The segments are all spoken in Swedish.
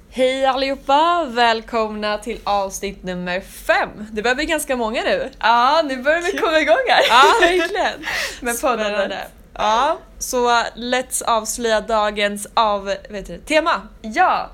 Hej allihopa! Välkomna till avsnitt nummer 5. Det börjar bli ganska många nu. Ja, nu börjar vi komma igång här. Ja, verkligen. Med podden. Ja, så let's avslöja dagens tema. Ja,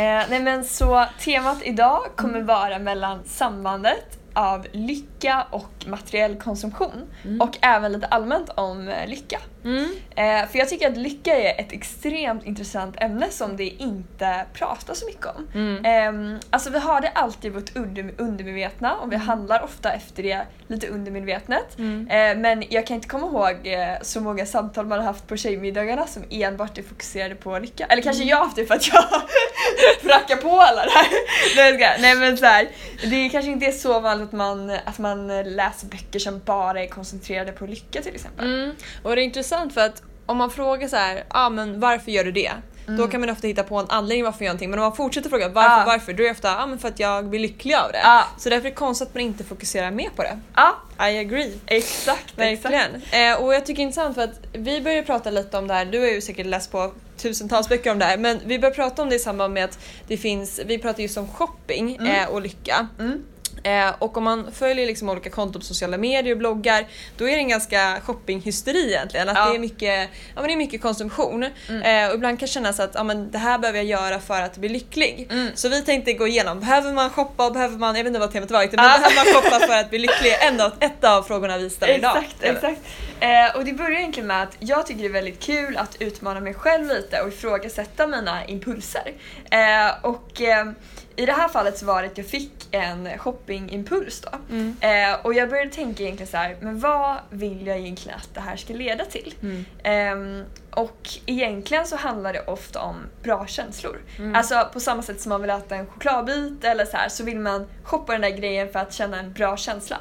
så temat idag kommer vara mellan sambandet av lycka och materiell konsumtion. Och även lite allmänt om lycka. För jag tycker att lycka är ett extremt intressant ämne som det inte pratas så mycket om. Alltså vi har det alltid i vårt undermedvetna och vi handlar ofta efter det lite undermedvetnet. Men jag kan inte komma ihåg så många samtal man har haft på tjejmiddagarna som enbart är fokuserade på lycka. Eller kanske jag har haft det för att jag frackar på alla det här. Nej men så här, det kanske inte är så vanligt att man läser böcker som bara är koncentrerade på lycka till exempel. Och det är intressant för att om man frågar så här, men varför gör du det? Då kan man ofta hitta på en anledning varför jag gör någonting. Men om man fortsätter fråga varför, då är det ofta men för att jag blir lycklig av det. Så därför är det konstigt att man inte fokuserar mer på det. I agree. Exakt. Verkligen. Och jag tycker det är intressant för att vi börjar prata lite om det här. Du har ju säkert läst på tusentals böcker om det här. Men vi börjar prata om det i samband med att vi pratar just om shopping och lycka. Och om man följer liksom olika konton på sociala medier och bloggar, då är det en ganska shoppinghysteri egentligen. Att det är mycket konsumtion. Och ibland kan det kännas att det här behöver jag göra för att bli lycklig. Så vi tänkte gå igenom, behöver man shoppa och jag vet inte vad temat var riktigt, men behöver man shoppa för att bli lycklig? Ett av frågorna vi ställer idag. Exakt. Och det börjar egentligen med att jag tycker det är väldigt kul att utmana mig själv lite och ifrågasätta mina impulser. I det här fallet så var det att jag fick en shoppingimpuls då. Och jag började tänka egentligen så här, men vad vill jag egentligen att det här ska leda till? Och egentligen så handlar det ofta om bra känslor. Alltså på samma sätt som man vill äta en chokladbit eller så här, så vill man shoppa den där grejen för att känna en bra känsla.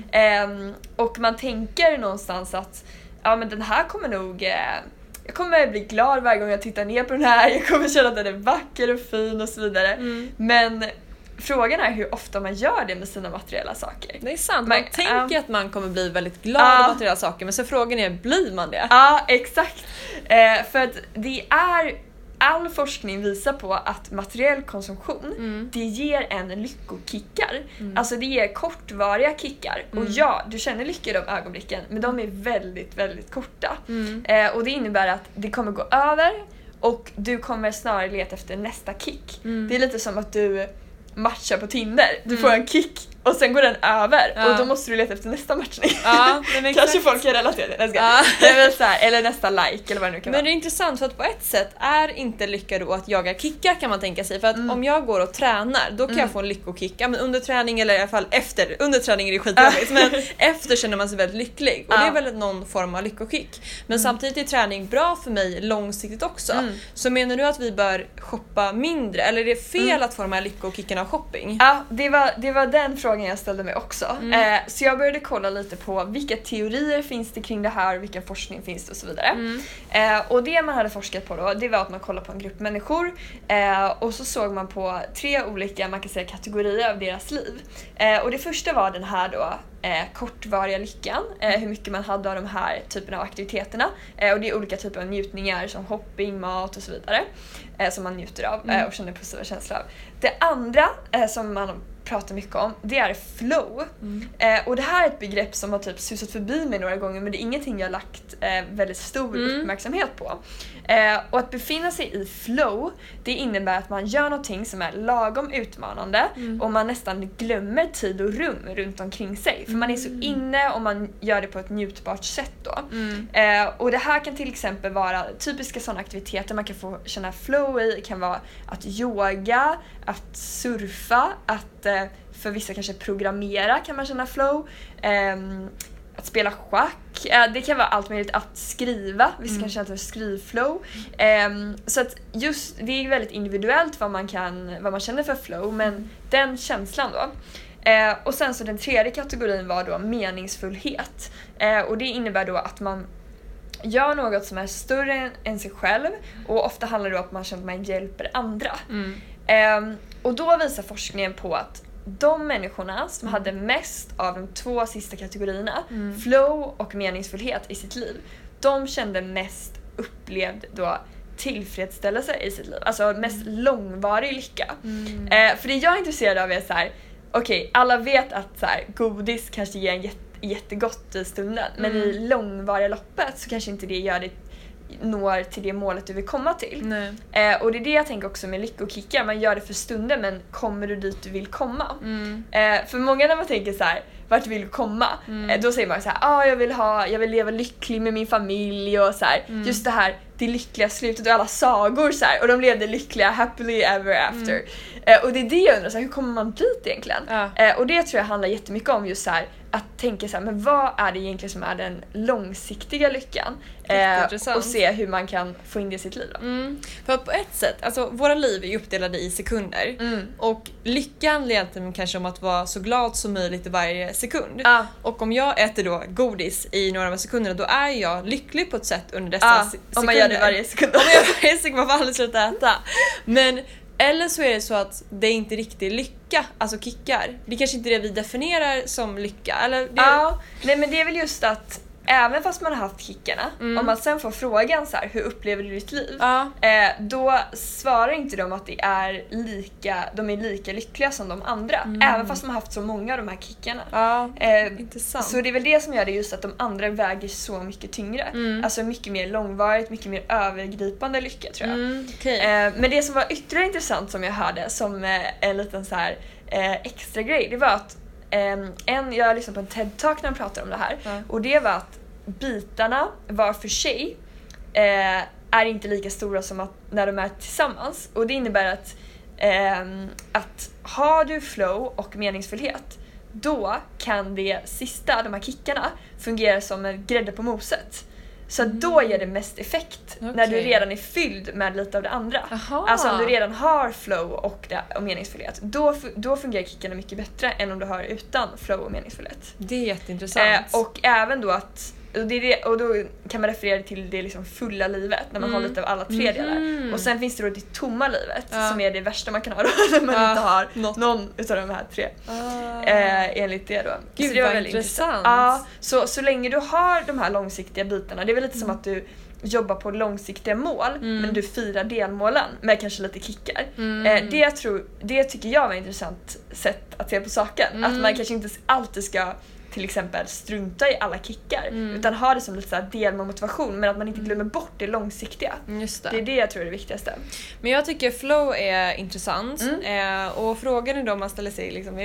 Och man tänker någonstans att men den här kommer nog... Jag kommer bli glad varje gång jag tittar ner på den här. Jag kommer känna att den är vacker och fin och så vidare. Men frågan är hur ofta man gör det med sina materiella saker. Det är sant. Man tänker att man kommer bli väldigt glad av materiella saker. Men så frågan är, blir man det? Ja, exakt. För att det är... All forskning visar på att materiell konsumtion det ger en lyckokickar. Alltså det ger kortvariga kickar. Och du känner lycka i de ögonblicken, men de är väldigt, väldigt korta. Och det innebär att det kommer gå över och du kommer snarare leta efter nästa kick. Det är lite som att du matchar på Tinder. Du får en kick och sen går den över och då måste du leta efter nästa matchning. Kanske folk kan relatera till det. Eller nästa like eller vad det nu kan vara. Men det är intressant för att på ett sätt är inte lycka då att jaga kickar, kan man tänka sig. För att om jag går och tränar, då kan jag få en lyckokick. Men under träning, eller i alla fall efter. Under träning är det skitjobbigt, men efter känner man sig väldigt lycklig. Och det är väl någon form av lyckokick. Men samtidigt är träning bra för mig långsiktigt också. Så menar du att vi bör shoppa mindre? Eller är det fel att få de här lyckokickarna av shopping? Ja, det var den frågan jag ställde mig också. Så jag började kolla lite på vilka teorier finns det kring det här, vilken forskning finns det och så vidare. Och det man hade forskat på då, det var att man kollade på en grupp människor och så såg man på 3 olika, man kan säga, kategorier av deras liv. Och det första var den här då, kortvariga lyckan, hur mycket man hade av de här typerna av aktiviteterna. Och det är olika typer av njutningar som shopping, mat och så vidare som man njuter av och känner positiva känslor av. Det andra som man pratar mycket om, det är flow. Och det här är ett begrepp som har typ susat förbi mig några gånger, men det är ingenting jag har lagt väldigt stor uppmärksamhet på. Och att befinna sig i flow, det innebär att man gör någonting som är lagom utmanande och man nästan glömmer tid och rum runt omkring sig. För man är så inne och man gör det på ett njutbart sätt då. Och det här kan till exempel vara typiska sådana aktiviteter man kan få känna flow i. Det kan vara att yoga, att surfa, att för vissa kanske programmera kan man känna flow. Att spela schack, det kan vara allt möjligt, att skriva, vissa kan känna skrivflow. Så att just det är väldigt individuellt vad man känner för flow, men den känslan då. Och sen så den tredje kategorin var då meningsfullhet. Och det innebär då att man gör något som är större än sig själv, och ofta handlar det om att man känner att man hjälper andra. Och då visar forskningen på att de människorna som hade mest av de 2 sista kategorierna, flow och meningsfullhet i sitt liv, de kände mest upplevd då tillfredsställelse i sitt liv. Alltså mest långvarig lycka. För det jag är intresserad av är så här: okej, alla vet att så här, godis kanske ger en jättegott i stunden. Men i långvariga loppet så kanske inte det gör det når till det målet du vill komma till. Och det är det jag tänker också med lyckokickar. Man gör det för stunden, men kommer du dit du vill komma? För många när man tänker så här, vart vill du komma? Då säger man så här, jag vill leva lycklig med min familj och så här, just det lyckliga slutet och alla sagor så här, och de levde lyckliga happily ever after. Och det är det jag undrar, så här, hur kommer man dit egentligen? Och det tror jag handlar jättemycket om just så här, att tänka så här, men vad är det egentligen som är den långsiktiga lyckan? Och se hur man kan få in det i sitt liv då. För på ett sätt, alltså våra liv är uppdelade i sekunder. Och lyckan handlar egentligen kanske om att vara så glad som möjligt i varje sekund. Och om jag äter då godis i några av sekunderna, då är jag lycklig på ett sätt under dessa sekunder. Om man gör det varje sekund. Om man gör det varje sekund, man får aldrig sluta äta. Men eller så är det så att det är inte riktigt lycka, alltså kickar. Det kanske inte är det vi definierar som lycka. Eller det... Nej, men det är väl just att även fast man har haft kickarna, om man sen får frågan så här, hur upplever du ditt liv? Då svarar inte de att de är lika lyckliga som de andra. Även fast man har haft så många av de här kickarna. Intressant. Så det är väl det som gör det, just att de andra väger så mycket tyngre. Alltså mycket mer långvarigt, mycket mer övergripande lycka, tror jag. Men det som var ytterligare intressant som jag hörde, som en liten så här extra grej, det var att jag lyssnade på en TED-talk när de pratade om det här. Och det var att bitarna var för sig är inte lika stora som att när de är tillsammans. Och det innebär att har du flow och meningsfullhet, då kan det sista, de här kickarna, fungera som en grädde på moset. Så då ger det mest effekt när du redan är fylld med lite av det andra. Alltså om du redan har flow och meningsfullhet, då fungerar kickarna mycket bättre än om du har utan flow och meningsfullhet. Det är jätteintressant. Och även då att och då kan man referera till det liksom fulla livet, när man har lite av alla tre delar. Och sen finns det då det tomma livet, som är det värsta man kan ha då, när man inte har någon utav de här tre. Enligt det då. Gud, så det var väldigt intressant. Så länge du har de här långsiktiga bitarna, det är väl lite som att du jobbar på långsiktiga mål, men du firar delmålen med kanske lite kickar. Det tycker jag var ett intressant sätt att se på saken. Att man kanske inte alltid ska till exempel strunta i alla kickar, utan ha det som lite så här delmotivation, men att man inte glömmer bort det långsiktiga. Just det. Det är det jag tror är det viktigaste. Men jag tycker flow är intressant. Och frågan är då om man ställer sig liksom,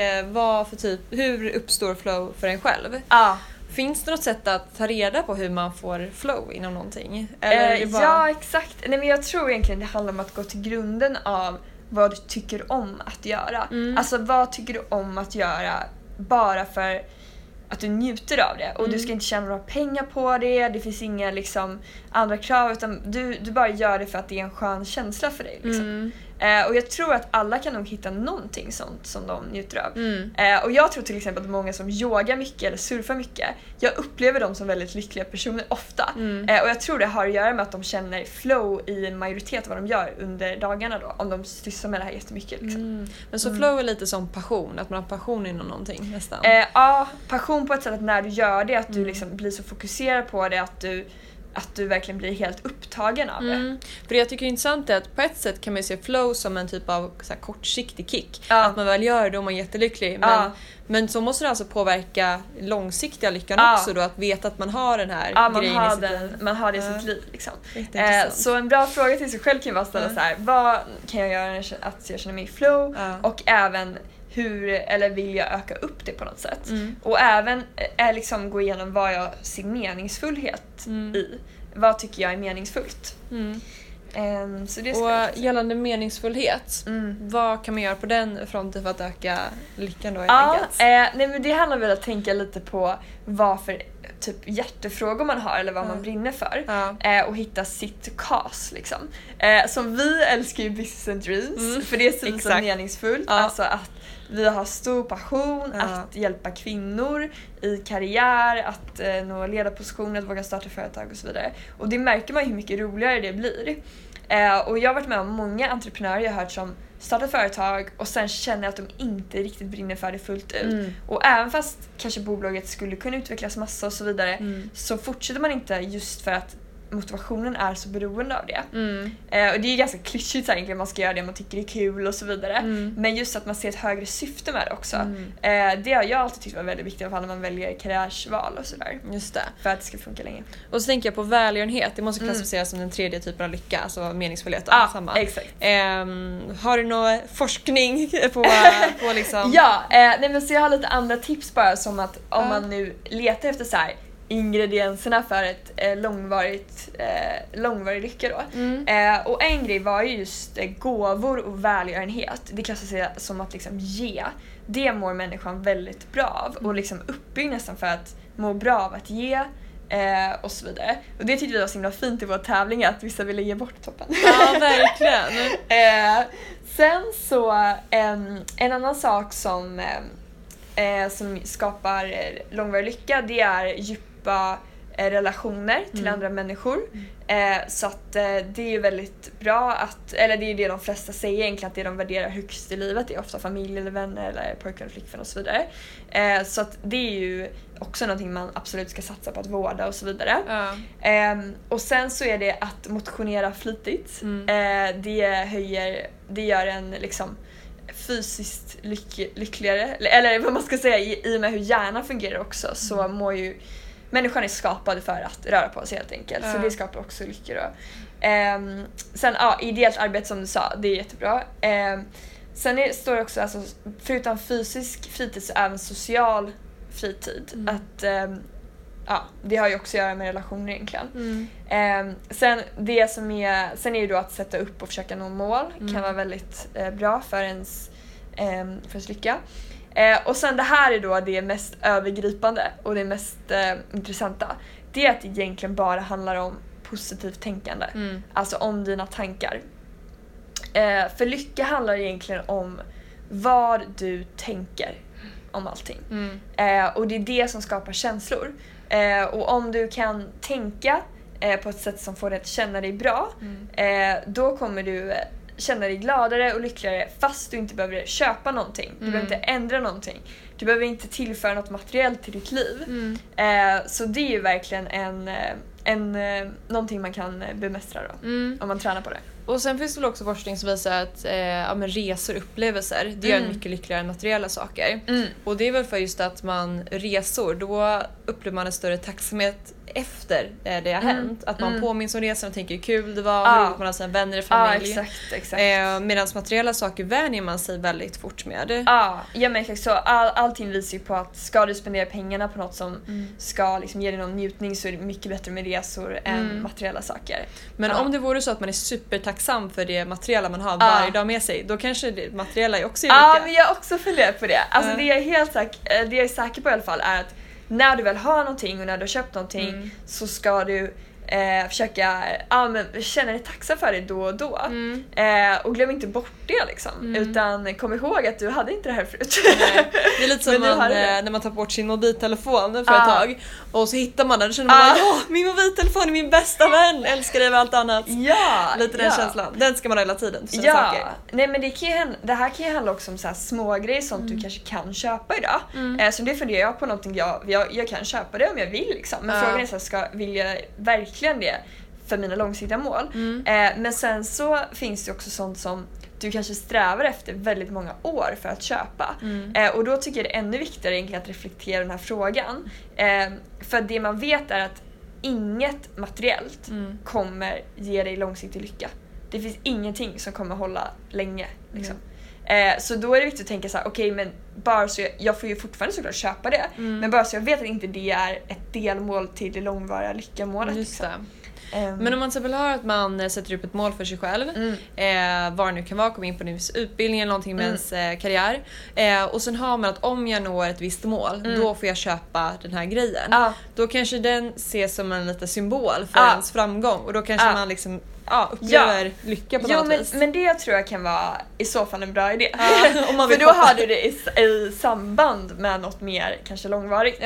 hur uppstår flow för en själv? Finns det något sätt att ta reda på hur man får flow inom någonting? Eller bara... Ja, exakt. Nej, men jag tror egentligen det handlar om att gå till grunden av vad du tycker om att göra. Alltså vad tycker du om att göra bara för att du njuter av det, och du ska inte tjäna några pengar på det, det finns inga liksom andra krav, utan du bara gör det för att det är en skön känsla för dig liksom. Och jag tror att alla kan nog hitta någonting sånt som de njuter av. Och jag tror till exempel att många som yogar mycket eller surfar mycket, jag upplever dem som väldigt lyckliga personer ofta. Och jag tror det har att göra med att de känner flow i en majoritet av vad de gör under dagarna då, om de sysslar med det här jättemycket liksom. Men så flow är lite som passion, att man har passion inom någonting nästan. Ja, passion på ett sätt att när du gör det, att du liksom blir så fokuserad på det att du verkligen blir helt upptagen av det. För jag tycker det är intressant att på ett sätt kan man se flow som en typ av så här kortsiktig kick. Att man väl gör det och man är jättelycklig. Men så måste det alltså påverka långsiktiga lyckan också då, att veta att man har den här grejen i sitt liv. Man har det i sitt liv liksom. Så en bra fråga till sig själv kan vara att ställa så här: vad kan jag göra att jag känner mig i flow? Och även hur, eller vill jag öka upp det på något sätt? Och även liksom gå igenom vad jag ser meningsfullhet i. Vad tycker jag är meningsfullt? Så det och gällande meningsfullhet, vad kan man göra på den fronten för att öka lyckan då? Nej, men det handlar väl om att tänka lite på vad för typ hjärtefrågor man har eller vad man brinner för, och hitta sitt cause liksom. Som vi älskar ju Business and Dreams, för det är så meningsfullt, alltså att vi har stor passion att hjälpa kvinnor i karriär, att nå ledarpositioner, att våga starta företag och så vidare. Och det märker man ju hur mycket roligare det blir. Och jag har varit med om många entreprenörer jag har hört som startar företag och sen känner att de inte riktigt brinner för det fullt ut. Och även fast kanske bolaget skulle kunna utvecklas massa och så vidare, så fortsätter man inte just för att motivationen är så beroende av det. Och det är ganska klyschigt så egentligen, man ska göra det man tycker är kul och så vidare. Men just att man ser ett högre syfte med det också. Det har jag alltid tyckt var väldigt viktigt när man väljer karriärsval och sådär. Just det. För att det ska funka länge. Och så tänker jag på välgörenhet. Det måste klassificeras som den tredje typen av lycka, alltså meningsfullhet. Ja, exakt. Har du någon forskning på liksom... Ja, nej men så jag har lite andra tips bara, som att om man nu letar efter så här ingredienserna för ett långvarig lycka då. Och en grej var ju just gåvor och välgörenhet. Det klassificeras som att liksom ge. Det mår människan väldigt bra av och liksom uppbyggd nästan för att må bra av att ge och så vidare. Och det tyckte vi var så himla fint i vår tävling, att vissa ville ge bort toppen. Ja, verkligen. Sen så en annan sak som skapar långvarig lycka, det är djupa relationer till andra människor. Så att det är ju väldigt bra att, eller det är ju det de flesta säger egentligen, att det de värderar högst i livet är ofta familj eller vänner eller pojkvän och flickvän och så vidare. Så att det är ju också någonting man absolut ska satsa på att vårda och så vidare. Och sen så är det att motionera flitigt. Det gör en liksom fysiskt lyckligare, eller vad man ska säga, i och med hur hjärnan fungerar också, så mår ju människan är skapad för att röra på sig helt enkelt. Så det skapar också lycka då. Sen ideellt arbete som du sa, det är jättebra. Sen står det också, alltså, förutom fysisk fritid så även social fritid. Att det har ju också att göra med relationer egentligen. Sen är ju då att sätta upp och försöka nå mål kan vara väldigt bra för ens lycka. Och sen det här är då det mest övergripande och det mest intressanta. Det är att det egentligen bara handlar om positivt tänkande. Alltså om dina tankar. För lycka handlar egentligen om vad du tänker om allting. Och det är det som skapar känslor. Och om du kan tänka på ett sätt som får dig att känna dig bra, då kommer du känna dig gladare och lyckligare fast du inte behöver köpa någonting. Du behöver inte ändra någonting. Du behöver inte tillföra något materiellt till ditt liv. Så det är ju verkligen någonting man kan bemästra då, om man tränar på det. Och sen finns det väl också forskning som visar att resor och upplevelser, det gör en mycket lyckligare än materiella saker. Och det är väl för just att resor, då upplever man en större tacksamhet efter det har hänt. Att man påminns om resan och tänker hur kul det var, hur man har sina vänner och familj. Exakt. Medan materiella saker vänjer man sig väldigt fort med. Ja, men exakt så. Allting visar ju på att ska du spendera pengarna på något som ska liksom ge dig någon njutning, så är det mycket bättre med resor än materiella saker. Men om det vore så att man är supertacksam för det materiella man har varje dag med sig, då kanske det materiella också är Ja, men jag har också funderat på det. Alltså det jag är säker på i alla fall är att när du väl har någonting och när du har köpt någonting så ska du försöka känna dig tacksam för det då och då. Och glöm inte bort det liksom. Utan kom ihåg att du hade inte det här förut. Det är lite som när man tar bort sin mobiltelefon för ett tag och så hittar man den och känner man min mobiltelefon är min bästa vän, älskar det över allt annat. Lite den känslan. Den ska man ha hela tiden för sina saker. Nej, men det här kan ju handla också om så här små grejer, sånt du kanske kan köpa idag. Så det funderar jag på någonting jag kan köpa det om jag vill liksom. Men frågan är så här, vill jag verkligen det för mina långsiktiga mål? Men sen så finns det också sånt som du kanske strävar efter väldigt många år för att köpa. Och då tycker jag det är ännu viktigare egentligen att reflektera den här frågan. För det man vet är att inget materiellt kommer ge dig långsiktig lycka. Det finns ingenting som kommer hålla länge liksom. Så då är det viktigt att tänka så här: okej, men bara så jag får ju fortfarande såklart köpa det, men bara så jag vet att inte det är ett delmål till det långvariga lyckamålet. Just det. Men om man till exempel har att man sätter upp ett mål för sig själv, vad det nu kan vara, komma in på en viss utbildning eller någonting med ens karriär, och sen har man att om jag når ett visst mål, då får jag köpa den här grejen. Då kanske den ses som en liten symbol för ens framgång, och då kanske man liksom upplever lycka på något vis. Men det tror jag kan vara i så fall en bra idé. Om man vill för då har du det i samband med något mer kanske långvarigt.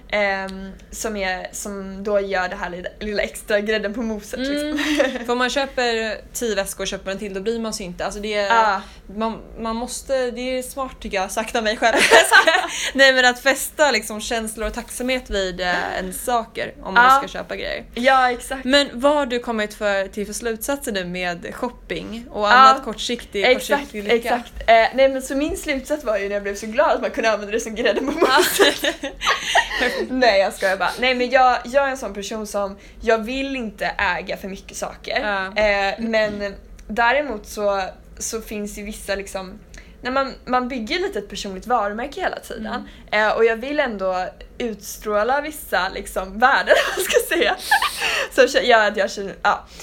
Som då gör det här lilla extra grädden på moset. Liksom. För om man köper 10 väskor och köper en till, då bryr man sig inte. Alltså det man måste, det är smart tycker jag, sakta mig själv. Nej, men att fästa liksom känslor och tacksamhet vid en saker om man ska köpa grejer. Ja, exakt. Men vad har du kommit till för slutsatser nu med shopping och annat kortsiktig lycka? Exakt. Nej, men så min slutsats var ju när jag blev så glad att man kunde använda det som grädde på moset. Nej, jag skojar bara. Nej, men jag är en sån person som jag vill inte äga för mycket saker. Men däremot så finns ju vissa liksom, när man bygger lite ett personligt varumärke hela tiden och jag vill ändå utstråla vissa liksom värden, vad ska jag säga, så gör att jag känner,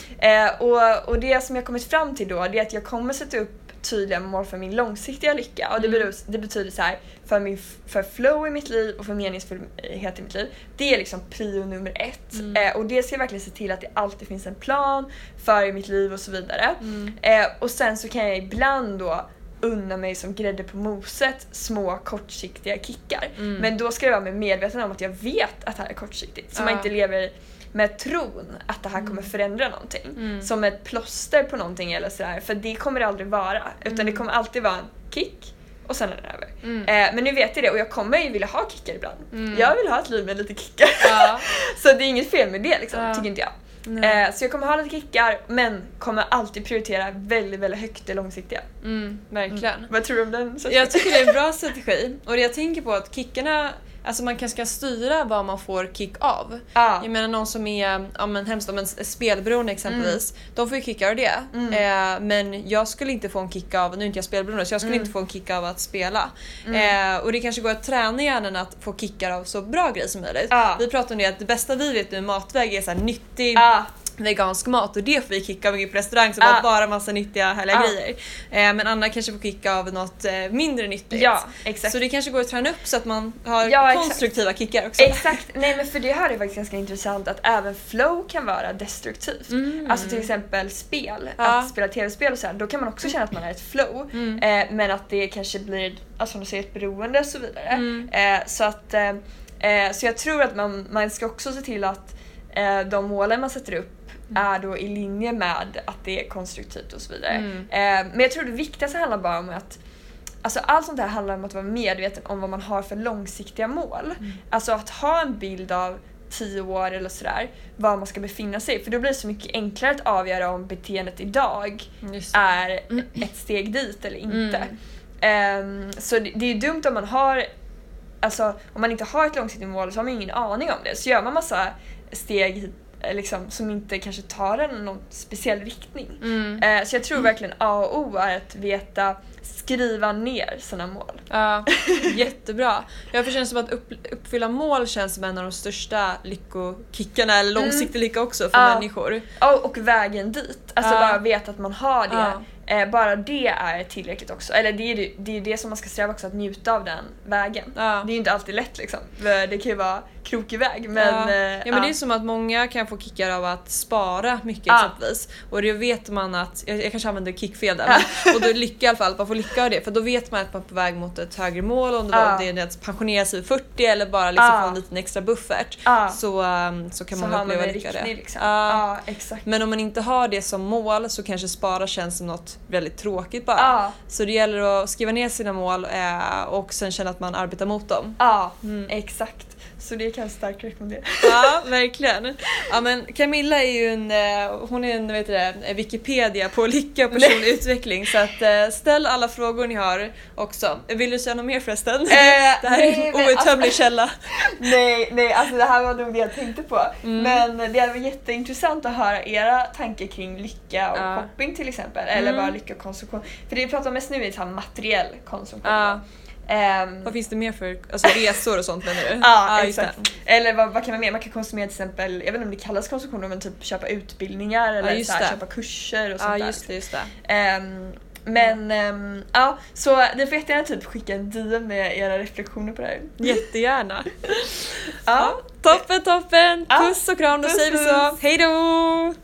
och det som jag kommit fram till då, det är att jag kommer sätta upp tydliga mål för min långsiktiga lycka, och det betyder så här, för flow i mitt liv och för meningsfullhet i mitt liv, det är liksom prio nummer 1. Och det ska jag verkligen se till att det alltid finns en plan för i mitt liv och så vidare. Och sen så kan jag ibland då unna mig som grädde på moset små kortsiktiga kickar. Men då ska jag vara medveten om att jag vet att det här är kortsiktigt, så man inte lever med tron att det här kommer förändra någonting som ett plåster på någonting eller sådär, för det kommer det aldrig vara, utan det kommer alltid vara en kick och sen är det över. Men nu vet jag det, och jag kommer ju vilja ha kickar ibland. Jag vill ha ett liv med lite kickar. Så det är inget fel med det liksom, tycker inte jag. Så jag kommer ha lite kickar, men kommer alltid prioritera väldigt, väldigt högt det långsiktiga. Verkligen. Vad tror du om den? Jag tycker det är en bra strategi. Och det jag tänker på att kickarna, alltså man kanske ska styra vad man får kick av. Jag menar någon som är hemskt om en spelberoende exempelvis, de får ju kick av det. Men jag skulle inte få en kick av, nu är inte jag spelberoende, så jag skulle inte få en kick av att spela. Och det kanske går att träna hjärnan att få kickar av så bra grejer som möjligt. Vi pratar om det att det bästa vi vet nu matväg är så här nyttig vegansk mat, och det får vi kicka mycket på restaurang som har bara massa nyttiga härliga grejer. Men andra kanske får kicka av något mindre nyttigt. Exakt. Så det kanske går att träna upp så att man har konstruktiva kickar också. Exakt. Nej, men för det här är faktiskt ganska intressant att även flow kan vara destruktivt. Alltså till exempel spel, att spela tv-spel och så här, då kan man också känna att man är ett flow, men att det kanske blir, alltså som du säger, ett beroende och så vidare. Så jag tror att man ska också se till att de målen man sätter upp är då i linje med att det är konstruktivt och så vidare. Men jag tror det viktigaste handlar bara om att, alltså allt sånt här handlar om att vara medveten om vad man har för långsiktiga mål. Alltså att ha en bild av 10 år eller sådär, var man ska befinna sig. För då blir det så mycket enklare att avgöra om beteendet idag är ett steg dit eller inte. Så det är dumt om man har, alltså om man inte har ett långsiktigt mål så har man ingen aning om det. Så gör man massa steg liksom, som inte kanske tar någon speciell riktning. Så jag tror verkligen A och O är att veta, skriva ner sina mål. Ja, jättebra. Jag känns som att uppfylla mål känns som en av de största lyckokickarna, eller långsiktig lycka också för människor. Och vägen dit. Alltså bara veta att man har det. Bara det är tillräckligt också. Eller det är det som man ska sträva också, att njuta av den vägen. Det är ju inte alltid lätt liksom. Det kan ju vara krokig väg. Men, men det är som att många kan få kickar av att spara mycket exempelvis. Och det vet man att, jag kanske använder kickfel där, men, och då lycka i alla fall, man får lycka av det. För då vet man att man är på väg mot ett högre mål, om det är att pensionera sig vid 40 eller bara liksom få en liten extra buffert. Så kan man uppleva lycka det. Liksom. Exakt. Men om man inte har det som mål så kanske spara känns som något väldigt tråkigt bara. Så det gäller att skriva ner sina mål och sen känna att man arbetar mot dem. Exakt. Så det kan jag starkt rekommendera. Ja, verkligen. Ja, men Camilla är ju hon är en Wikipedia på lycka och personlig utveckling, så att ställ alla frågor ni har också. Vill du säga något mer förresten? Det här är en outtömlig källa. Nej, alltså det här var nog det jag tänkte på. Men det var jätteintressant att höra era tankar kring lycka och shopping till exempel, eller bara lycka och konsumtion. För det vi pratar om mest nu är så här materiell konsumtion. Vad finns det mer för, alltså resor och sånt menar du? Exakt. Eller vad kan man mer? Man kan konsumera till exempel, jag vet inte om det kallas konsumtion, men typ köpa utbildningar eller så här, köpa kurser och sånt där. Just det. Men så ni får jättegärna typ skicka en DM med era reflektioner på det här. Jättegärna. Toppen. Puss och kram, då säger vi så. Hej då!